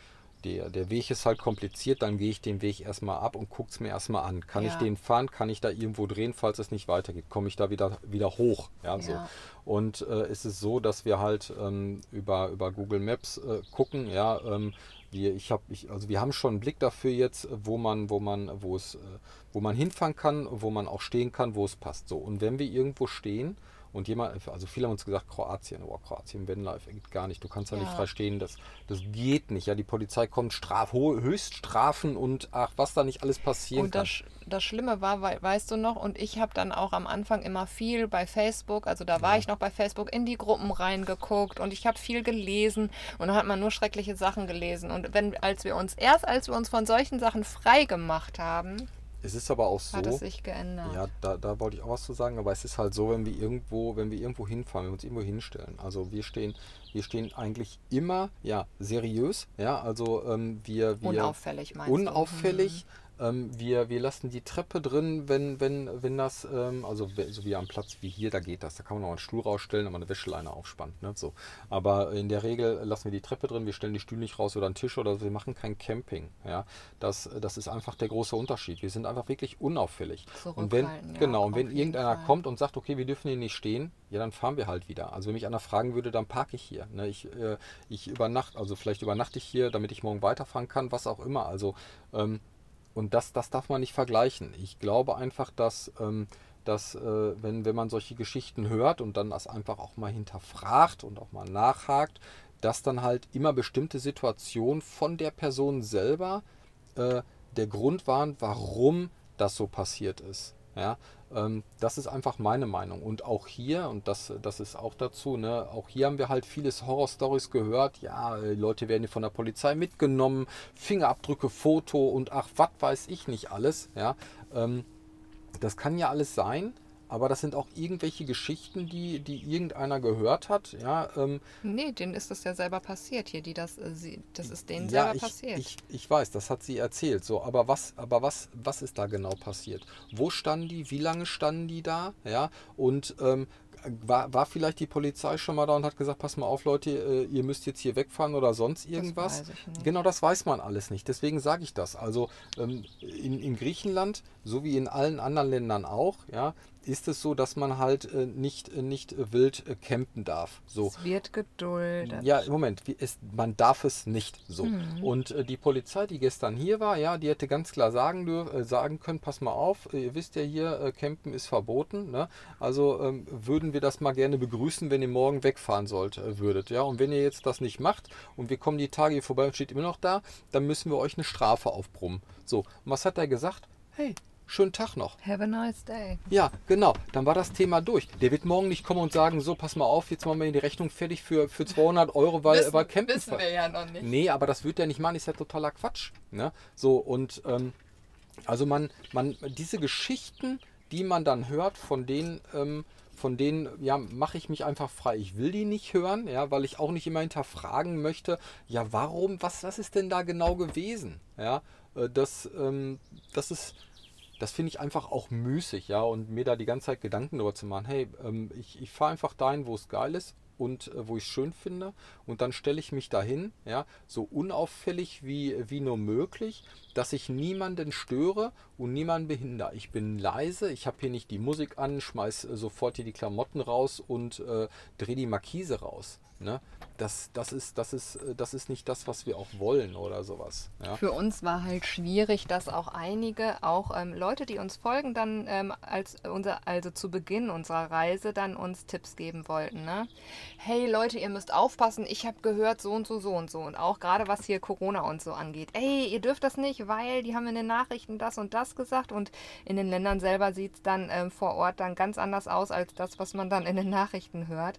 der, der Weg ist halt kompliziert, dann gehe ich den Weg erstmal ab und gucke es mir erstmal an. Kann Ja. ich den fahren? Kann ich da irgendwo drehen, falls es nicht weitergeht? Komme ich da wieder, wieder hoch? Ja, so. Ja. Und äh, ist es so, dass wir halt ähm, über, über Google Maps äh, gucken, ja, ähm, wir, ich hab, ich, also wir haben schon einen Blick dafür jetzt, wo man, wo man, wo es, äh, wo man hinfahren kann, wo man auch stehen kann, wo es passt. So. Und wenn wir irgendwo stehen und jemand, also viele haben uns gesagt, Kroatien, oh, Kroatien, Vanlife, geht gar nicht, du kannst da Ja. nicht frei stehen, das, das geht nicht. Ja, die Polizei kommt, Straf, hohe Höchststrafen und ach, was da nicht alles passieren Und kann. das, Sch- das Schlimme war, wei- weißt du noch, und ich habe dann auch am Anfang immer viel bei Facebook, also da war Ja. ich noch bei Facebook, in die Gruppen reingeguckt und ich habe viel gelesen und da hat man nur schreckliche Sachen gelesen. Und wenn, als wir uns, erst als wir uns von solchen Sachen frei gemacht haben, Es ist aber auch so, hat es sich geändert. ja, da, da wollte ich auch was zu sagen, aber es ist halt so, wenn wir irgendwo, wenn wir irgendwo hinfahren, wenn wir uns irgendwo hinstellen, also wir stehen, wir stehen eigentlich immer, ja, seriös, ja, also ähm, wir, wir Unauffällig meinst unauffällig, ähm, wir, wir lassen die Treppe drin, wenn, wenn, wenn das, ähm, also we- so wie am Platz wie hier, da geht das, da kann man noch einen Stuhl rausstellen, aber eine Wäscheleine aufspannt, ne, so. Aber in der Regel lassen wir die Treppe drin, wir stellen die Stühle nicht raus oder einen Tisch oder so, wir machen kein Camping, ja, das, das ist einfach der große Unterschied, wir sind einfach wirklich unauffällig. du? Und wenn, Zurückhaltend, ja, genau, und auf wenn jeden irgendeiner Fall. kommt und sagt, okay, wir dürfen hier nicht stehen, ja, dann fahren wir halt wieder. Also wenn mich einer fragen würde, dann parke ich hier. Ne? Ich, äh, ich übernachte, also vielleicht übernachte ich hier, damit ich morgen weiterfahren kann, was auch immer. Also, ähm, und das, das darf man nicht vergleichen. Ich glaube einfach, dass, ähm, dass äh, wenn, wenn man solche Geschichten hört und dann das einfach auch mal hinterfragt und auch mal nachhakt, dass dann halt immer bestimmte Situationen von der Person selber äh, der Grund waren, warum das so passiert ist. Ja, ähm, das ist einfach meine Meinung. Und auch hier, und das, das ist auch dazu, ne, auch hier haben wir halt vieles Horror-Stories gehört. Ja, äh, Leute werden hier von der Polizei mitgenommen, Fingerabdrücke, Foto und ach, was weiß ich nicht alles. Ja, ähm, das kann ja alles sein, aber das sind auch irgendwelche Geschichten, die, die irgendeiner gehört hat. Ja, ähm, Nee, denen ist das ja selber passiert hier, die das, äh, sie, das ist denen Ja, selber ich, passiert. ich, ich weiß, das hat sie erzählt. So, aber was, aber was, was ist da genau passiert? Wo standen die? Wie lange standen die da? Ja, und ähm, war, war vielleicht die Polizei schon mal da und hat gesagt, pass mal auf, Leute, äh, ihr müsst jetzt hier wegfahren oder sonst irgendwas? weiß ich nicht. Genau, das weiß man alles nicht. Deswegen sage ich das. Also ähm, in, in Griechenland, so wie in allen anderen Ländern auch, ja, ist es so, dass man halt äh, nicht, äh, nicht äh, wild äh, campen darf. So. Es wird geduldet. Ja, im Moment, wie es, man darf es nicht so. Mhm. Und äh, die Polizei, die gestern hier war, ja, die hätte ganz klar sagen, dürf, äh, sagen können, pass mal auf, äh, ihr wisst ja hier, äh, campen ist verboten. Ne? Also ähm, würden wir das mal gerne begrüßen, wenn ihr morgen wegfahren sollt, äh, würdet. Ja? Und wenn ihr jetzt das nicht macht und wir kommen die Tage hier vorbei und steht immer noch da, dann müssen wir euch eine Strafe aufbrummen. So, und was hat er gesagt? Hey, schönen Tag noch. Have a nice day. Ja, genau. Dann war das Thema durch. Der wird morgen nicht kommen und sagen, so, pass mal auf, jetzt machen wir die Rechnung fertig für, für zweihundert Euro, weil, wissen, weil Campen wissen wir ja noch nicht. Nee, aber das wird er nicht machen, ist ja totaler Quatsch. Ne? So, und ähm, also man, man, diese Geschichten, die man dann hört, von denen, ähm, von denen, ja, mache ich mich einfach frei. Ich will die nicht hören, ja, weil ich auch nicht immer hinterfragen möchte, ja, warum, was, was ist denn da genau gewesen? Ja, äh, das, ähm, das ist. Das finde ich einfach auch müßig, ja, und mir da die ganze Zeit Gedanken darüber zu machen, hey, ähm, ich, ich fahre einfach dahin, wo es geil ist und äh, wo ich es schön finde und dann stelle ich mich dahin, ja, so unauffällig wie, wie nur möglich, dass ich niemanden störe und niemanden behindere. Ich bin leise, ich habe hier nicht die Musik an, schmeiß äh, sofort hier die Klamotten raus und äh, drehe die Markise raus. Ne? Das, das, ist, das, ist, äh, das ist nicht das, was wir auch wollen oder sowas. Ja? Für uns war halt schwierig, dass auch einige, auch ähm, Leute, die uns folgen, dann ähm, als unser, also zu Beginn unserer Reise dann uns Tipps geben wollten. Ne? Hey Leute, ihr müsst aufpassen, ich habe gehört so und so, so und so. Und auch gerade was hier Corona und so angeht. Ey, ihr dürft das nicht, weil die haben in den Nachrichten das und das gesagt. Und in den Ländern selber sieht es dann ähm, vor Ort dann ganz anders aus, als das, was man dann in den Nachrichten hört.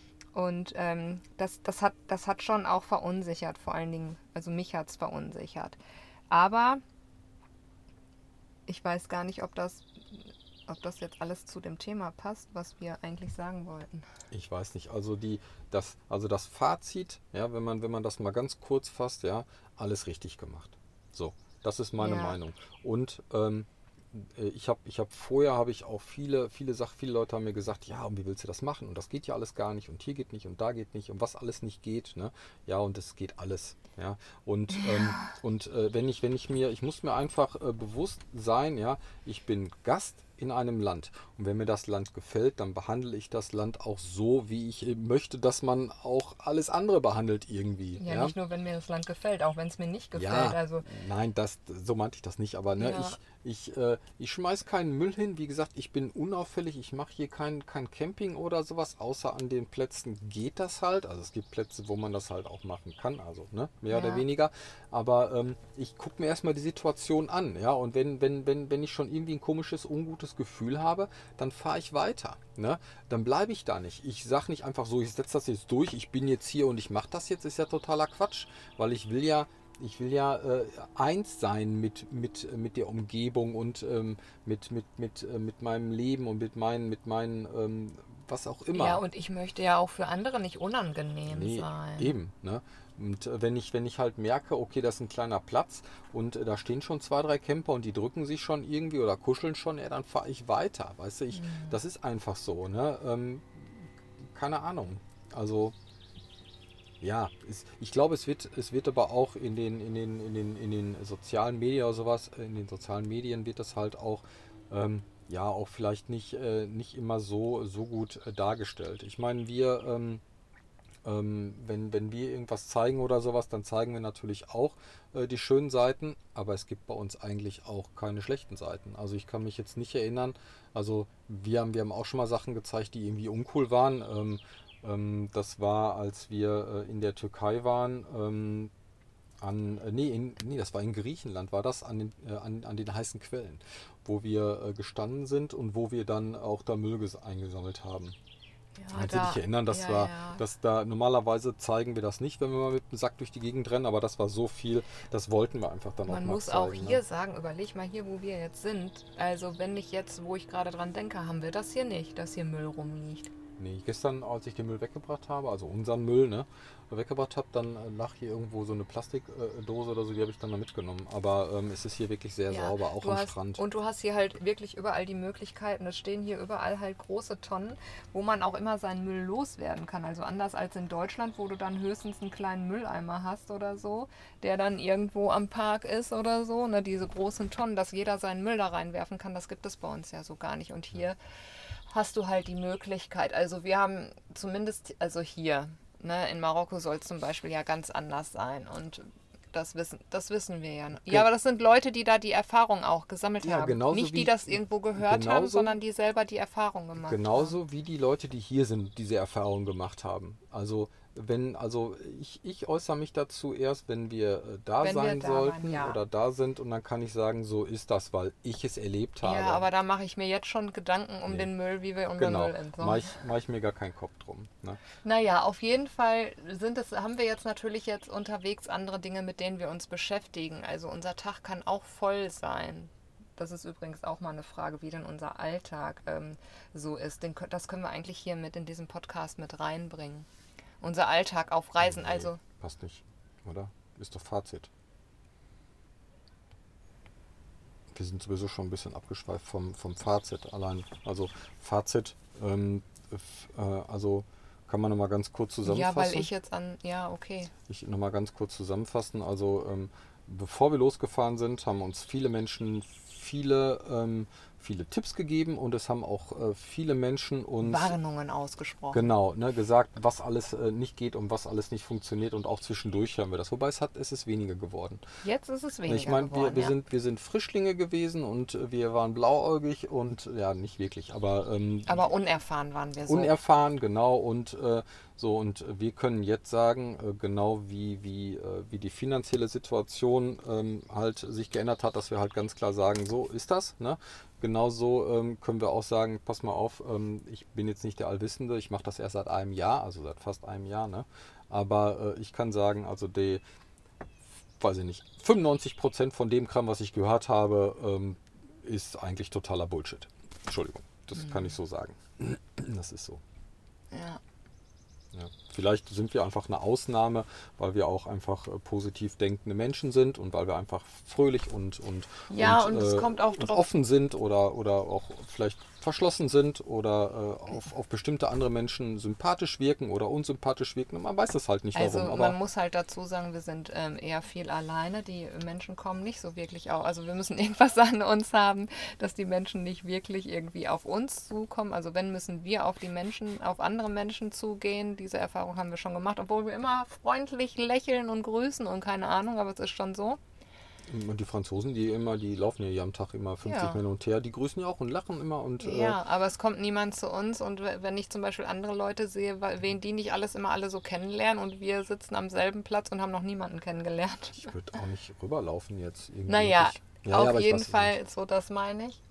Und ähm, das, das, hat, das hat schon auch verunsichert, vor allen Dingen, also mich hat es verunsichert. Aber ich weiß gar nicht, ob das, ob das jetzt alles zu dem Thema passt, was wir eigentlich sagen wollten. Ich weiß nicht, also die, das, also das Fazit, ja, wenn man, wenn man das mal ganz kurz fasst, ja, alles richtig gemacht. So, das ist meine Ja. Meinung. Und ähm, äh, ich habe ich hab vorher habe ich auch viele, viele Sachen, viele Leute haben mir gesagt, ja, und wie willst du das machen? Und das geht ja alles gar nicht und hier geht nicht und da geht nicht und was alles nicht geht, ne? Ja, und es geht alles. Ja, und, ähm, und äh, wenn ich, wenn ich mir, ich muss mir einfach äh, bewusst sein, ja, ich bin Gast in einem Land. Und wenn mir das Land gefällt, dann behandle ich das Land auch so, wie ich äh, möchte, dass man auch alles andere behandelt irgendwie. Ja, Ja, nicht nur, wenn mir das Land gefällt, auch wenn es mir nicht gefällt. ja, Also, nein, das, so meinte ich das nicht, aber ne, ja, ich, ich, äh, ich schmeiß keinen Müll hin. Wie gesagt, ich bin unauffällig, ich mache hier kein, kein Camping oder sowas, außer an den Plätzen geht das halt. Also es gibt Plätze, wo man das halt auch machen kann, also ne, mehr oder ja. weniger. Aber ähm, ich gucke mir erstmal die Situation an, ja, und wenn, wenn, wenn, wenn ich schon irgendwie ein komisches, ungutes Gefühl habe, dann fahre ich weiter. Ne? Dann bleibe ich da nicht. Ich sage nicht einfach so, ich setze das jetzt durch, ich bin jetzt hier und ich mache das jetzt, ist ja totaler Quatsch, weil ich will ja, ich will ja äh, eins sein mit, mit, mit der Umgebung und ähm, mit, mit, mit, äh, mit meinem Leben und mit meinen, mit meinen ähm, was auch immer. Ja, und ich möchte ja auch für andere nicht unangenehm Nee, sein. eben, ne? Und äh, wenn ich, wenn ich halt merke, okay, das ist ein kleiner Platz und äh, da stehen schon zwei, drei Camper und die drücken sich schon irgendwie oder kuscheln schon, ja, dann fahre ich weiter. Weißt du, ich, das ist einfach so, ne? Ähm, keine Ahnung. Also, ja, es, ich glaube, es wird, es wird aber auch in den, in den, in den, in den sozialen Medien oder sowas, äh, in den sozialen Medien wird das halt auch, ähm, ja, auch vielleicht nicht, äh, nicht immer so, so gut äh, dargestellt. Ich meine, wir, ähm, ähm, wenn, wenn wir irgendwas zeigen oder sowas, dann zeigen wir natürlich auch äh, die schönen Seiten, aber es gibt bei uns eigentlich auch keine schlechten Seiten. Also ich kann mich jetzt nicht erinnern, also wir haben, wir haben auch schon mal Sachen gezeigt, die irgendwie uncool waren. Ähm, ähm, das war, als wir äh, in der Türkei waren, ähm, an, äh, nee, in, nee, das war in Griechenland, war das an den, äh, an, an den heißen Quellen, wo wir äh, gestanden sind und wo wir dann auch da Müll ges- eingesammelt haben. Ja, Kannst du dich da, erinnern, das ja, war, ja. dass da normalerweise zeigen wir das nicht, wenn wir mal mit dem Sack durch die Gegend rennen, aber das war so viel, das wollten wir einfach dann auch Man mal muss auch zeigen. hier Ne? sagen, überleg mal hier, wo wir jetzt sind. Also wenn ich jetzt, wo ich gerade dran denke, haben wir das hier nicht, dass hier Müll rumliegt. Nee, gestern, als ich den Müll weggebracht habe, also unseren Müll, ne, weggebracht habe, dann äh, lag hier irgendwo so eine Plastikdose oder so, die habe ich dann da mitgenommen. Aber ähm, es ist hier wirklich sehr Ja, sauber, auch du am hast, Strand. und du hast hier halt wirklich überall die Möglichkeiten. Es stehen hier überall halt große Tonnen, wo man auch immer seinen Müll loswerden kann. Also anders als in Deutschland, wo du dann höchstens einen kleinen Mülleimer hast oder so, der dann irgendwo am Park ist oder so. Ne, diese großen Tonnen, dass jeder seinen Müll da reinwerfen kann, das gibt es bei uns ja so gar nicht. Und hier hast du halt die Möglichkeit. Also wir haben zumindest, also hier, ne, in Marokko soll es zum Beispiel ja ganz anders sein. Und das wissen, das wissen wir ja. Ja, aber das sind Leute, die da die Erfahrung auch gesammelt Ja, haben. genauso Nicht die wie- das irgendwo gehört haben, genauso- sondern die selber die Erfahrung gemacht haben. Genauso wie die Leute, die hier sind, diese Erfahrung gemacht haben. Also wenn, also ich, ich äußere mich dazu erst, wenn wir äh, da Wenn wir sein da sollten waren, ja. oder da sind und dann kann ich sagen, so ist das, weil ich es erlebt habe. Ja, aber da mache ich mir jetzt schon Gedanken um Nee. den Müll, wie wir unseren Genau, Müll entsorgen. mache ich, mach ich mir gar keinen Kopf drum. Ne? Naja, auf jeden Fall sind es, haben wir jetzt natürlich jetzt unterwegs andere Dinge, mit denen wir uns beschäftigen. Also unser Tag kann auch voll sein. Das ist übrigens auch mal eine Frage, wie denn unser Alltag ähm, so ist. Den, kö- das können wir eigentlich hier mit in diesen Podcast mit reinbringen. Unser Alltag auf Reisen, Nee, also passt nicht, oder? Ist doch Fazit. Wir sind sowieso schon ein bisschen abgeschweift vom, vom Fazit allein. Also Fazit, ähm, f- äh, also kann man nochmal ganz kurz zusammenfassen. ja, weil ich jetzt an, ja, okay. Ich nochmal ganz kurz zusammenfassen. Also ähm, bevor wir losgefahren sind, haben uns viele Menschen viele, ähm, viele Tipps gegeben und es haben auch äh, viele Menschen uns Warnungen ausgesprochen. genau ne, gesagt, was alles äh, nicht geht und was alles nicht funktioniert und auch zwischendurch hören wir das. Wobei es hat, es ist weniger geworden. Jetzt ist es weniger Ich meine, wir, geworden, wir, ja. sind, wir sind Frischlinge gewesen und äh, wir waren blauäugig und ja, nicht wirklich, aber, ähm, Aber unerfahren waren wir so. unerfahren, genau. Und äh, so, und wir können jetzt sagen, äh, genau wie, wie, äh, wie die finanzielle Situation ähm, halt sich geändert hat, dass wir halt ganz klar sagen, so ist das. Ne? Genauso ähm, können wir auch sagen, pass mal auf, ähm, ich bin jetzt nicht der Allwissende, ich mache das erst seit einem Jahr, also seit fast einem Jahr, ne? Aber äh, ich kann sagen, also die, weiß ich nicht, fünfundneunzig Prozent von dem Kram, was ich gehört habe, ähm, ist eigentlich totaler Bullshit. Entschuldigung, das kann ich so sagen. Das ist so. Ja. Ja. Vielleicht sind wir einfach eine Ausnahme, weil wir auch einfach äh, positiv denkende Menschen sind und weil wir einfach fröhlich und, und, Ja, und, und es äh, kommt auch und drauf. offen sind oder, oder auch vielleicht verschlossen sind oder äh, auf, auf bestimmte andere Menschen sympathisch wirken oder unsympathisch wirken. Man weiß das halt nicht Also warum. man Aber muss halt dazu sagen, wir sind ähm, eher viel alleine. Die Menschen kommen nicht so wirklich auf. Also wir müssen irgendwas an uns haben, dass die Menschen nicht wirklich irgendwie auf uns zukommen. Also wenn, müssen wir auf die Menschen, auf andere Menschen zugehen. Diese Erfahrung haben wir schon gemacht, obwohl wir immer freundlich lächeln und grüßen und keine Ahnung, aber es ist schon so. und die Franzosen, die immer, die laufen ja hier am Tag immer fünfzig Ja. Mal hin und her, die grüßen ja auch und lachen immer und äh, Ja, aber es kommt niemand zu uns und w- wenn ich zum Beispiel andere Leute sehe, weil- wen die nicht alles immer alle so kennenlernen und wir sitzen am selben Platz und haben noch niemanden kennengelernt. ich würde auch nicht rüberlaufen jetzt irgendwie. Naja, wirklich. Ja, ja, auf aber ich jeden weiß, was du meinst. Fall, so das meine ich.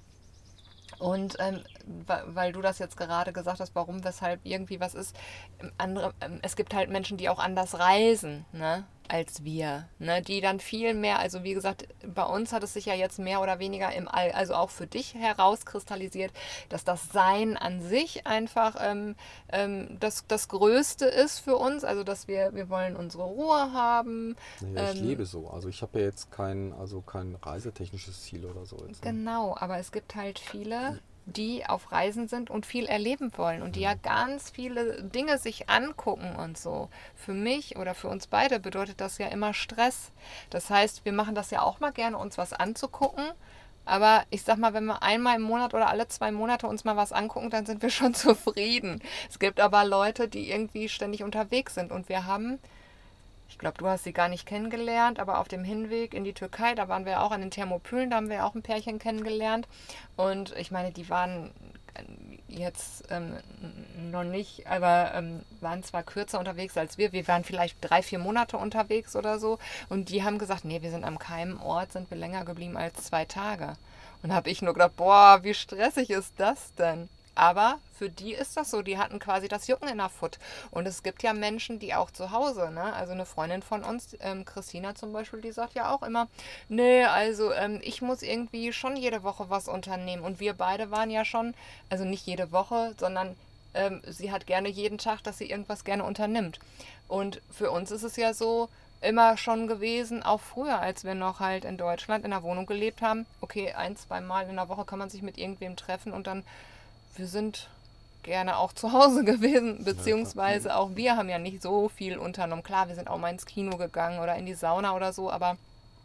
Und ähm, wa- weil du das jetzt gerade gesagt hast, warum, weshalb irgendwie was ist, ähm, andere, ähm, es gibt halt Menschen, die auch anders reisen, ne, als wir, ne, die dann viel mehr, also wie gesagt, bei uns hat es sich ja jetzt mehr oder weniger im All, also auch für dich herauskristallisiert, dass das Sein an sich einfach ähm, ähm, das, das Größte ist für uns, also dass wir, wir wollen unsere Ruhe haben. Naja, ich ähm, lebe so. Also ich habe ja jetzt kein, also kein reisetechnisches Ziel oder so jetzt. Ne? Genau, aber es gibt halt viele, die auf Reisen sind und viel erleben wollen und die ja ganz viele Dinge sich angucken und so. Für mich oder für uns beide bedeutet das ja immer Stress. Das heißt, wir machen das ja auch mal gerne, uns was anzugucken. Aber ich sag mal, wenn wir einmal im Monat oder alle zwei Monate uns mal was angucken, dann sind wir schon zufrieden. Es gibt aber Leute, die irgendwie ständig unterwegs sind und wir haben, ich glaube, du hast sie gar nicht kennengelernt, aber auf dem Hinweg in die Türkei, da waren wir auch an den Thermopylen, da haben wir auch ein Pärchen kennengelernt. Und ich meine, die waren jetzt ähm, noch nicht, aber ähm, waren zwar kürzer unterwegs als wir. Wir waren vielleicht drei, vier Monate unterwegs oder so. Und die haben gesagt, nee, wir sind am keinem Ort, sind wir länger geblieben als zwei Tage. Und da habe ich nur gedacht, boah, wie stressig ist das denn? Aber für die ist das so, die hatten quasi das Jucken in der Foot. Und es gibt ja Menschen, die auch zu Hause, ne? Also eine Freundin von uns, ähm, Christina zum Beispiel, die sagt ja auch immer, nee, also ähm, ich muss irgendwie schon jede Woche was unternehmen. Und wir beide waren ja schon, also nicht jede Woche, sondern ähm, sie hat gerne jeden Tag, dass sie irgendwas gerne unternimmt. Und für uns ist es ja so, immer schon gewesen, auch früher, als wir noch halt in Deutschland in der Wohnung gelebt haben. Okay, ein, zwei Mal in der Woche kann man sich mit irgendwem treffen und dann wir sind gerne auch zu Hause gewesen, beziehungsweise auch wir haben ja nicht so viel unternommen. Klar, wir sind auch mal ins Kino gegangen oder in die Sauna oder so, aber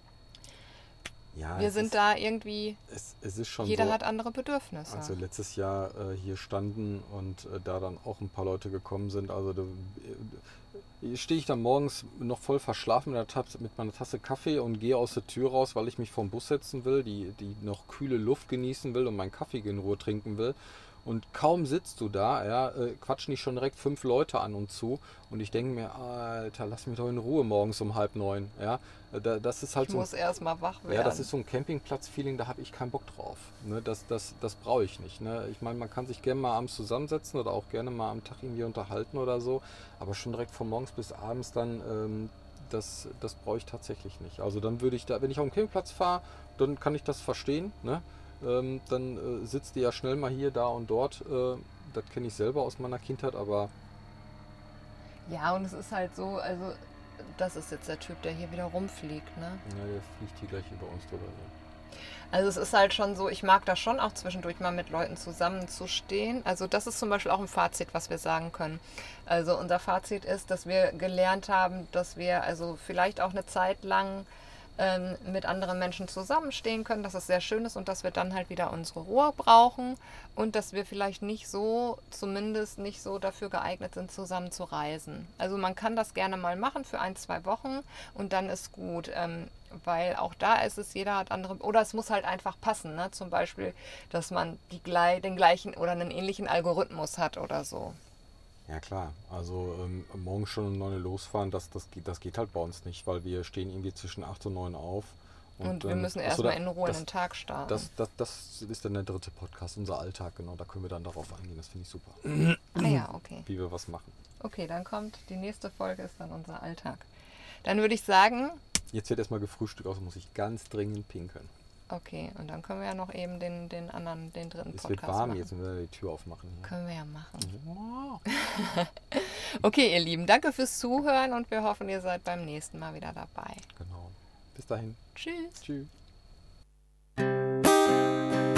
Ja, wir es sind ist, da irgendwie, es, es ist schon jeder so, hat andere Bedürfnisse. als wir letztes Jahr äh, hier standen und äh, da dann auch ein paar Leute gekommen sind, also da äh, stehe ich dann morgens noch voll verschlafen mit, einer Tasse, mit meiner Tasse Kaffee und gehe aus der Tür raus, weil ich mich vom Bus setzen will, die, die noch kühle Luft genießen will und meinen Kaffee in Ruhe trinken will. Und kaum sitzt du da, ja, äh, quatschen dich schon direkt fünf Leute an und zu. Und ich denke mir, Alter, lass mich doch in Ruhe morgens um halb neun. Ja, da, das ist halt Ich so. muss erst mal wach werden. Ja, das ist so ein Campingplatz-Feeling, da habe ich keinen Bock drauf. Ne, das das, das brauche ich nicht. Ne? Ich meine, man kann sich gerne mal abends zusammensetzen oder auch gerne mal am Tag irgendwie unterhalten oder so. Aber schon direkt von morgens bis abends dann, ähm, das, das brauche ich tatsächlich nicht. Also dann würde ich da, wenn ich auf den Campingplatz fahre, dann kann ich das verstehen. Ne? Ähm, dann äh, sitzt ihr ja schnell mal hier, da und dort. Äh, das kenne ich selber aus meiner Kindheit, aber Ja, und es ist halt so, also das ist jetzt der Typ, der hier wieder rumfliegt, ne? ja, der fliegt hier gleich über uns drüber. So. Also es ist halt schon so, ich mag das schon auch zwischendurch mal mit Leuten zusammenzustehen. Also das ist zum Beispiel auch ein Fazit, was wir sagen können. Also unser Fazit ist, dass wir gelernt haben, dass wir also vielleicht auch eine Zeit lang ähm, mit anderen Menschen zusammenstehen können, dass es sehr schön ist und dass wir dann halt wieder unsere Ruhe brauchen und dass wir vielleicht nicht so, zumindest nicht so dafür geeignet sind, zusammen zu reisen. Also man kann das gerne mal machen für ein, zwei Wochen und dann ist gut. Ähm, weil auch da ist es, jeder hat andere, oder es muss halt einfach passen, ne? Zum Beispiel, dass man die, den gleichen oder einen ähnlichen Algorithmus hat oder so. Ja klar, also ähm, morgen schon um neun Uhr losfahren, das, das, geht, das geht halt bei uns nicht, weil wir stehen irgendwie zwischen acht und neun auf. Und wir ähm, müssen achso, erstmal da- in Ruhe in das, den Tag starten. das, das, das ist dann der dritte Podcast, unser Alltag, genau, da können wir dann darauf eingehen, das finde ich super, Ah ja, okay. wie wir was machen. Okay, dann kommt die nächste Folge, ist dann unser Alltag. Dann würde ich sagen, Jetzt wird erstmal gefrühstückt, außer muss ich ganz dringend pinkeln. Okay, und dann können wir ja noch eben den, den anderen, den dritten Es Podcast wird warm machen. jetzt, wenn wir die Tür aufmachen. Hier. Können wir ja machen. Wow. Okay, ihr Lieben, danke fürs Zuhören und wir hoffen, ihr seid beim nächsten Mal wieder dabei. Genau. Bis dahin. Tschüss. Tschüss.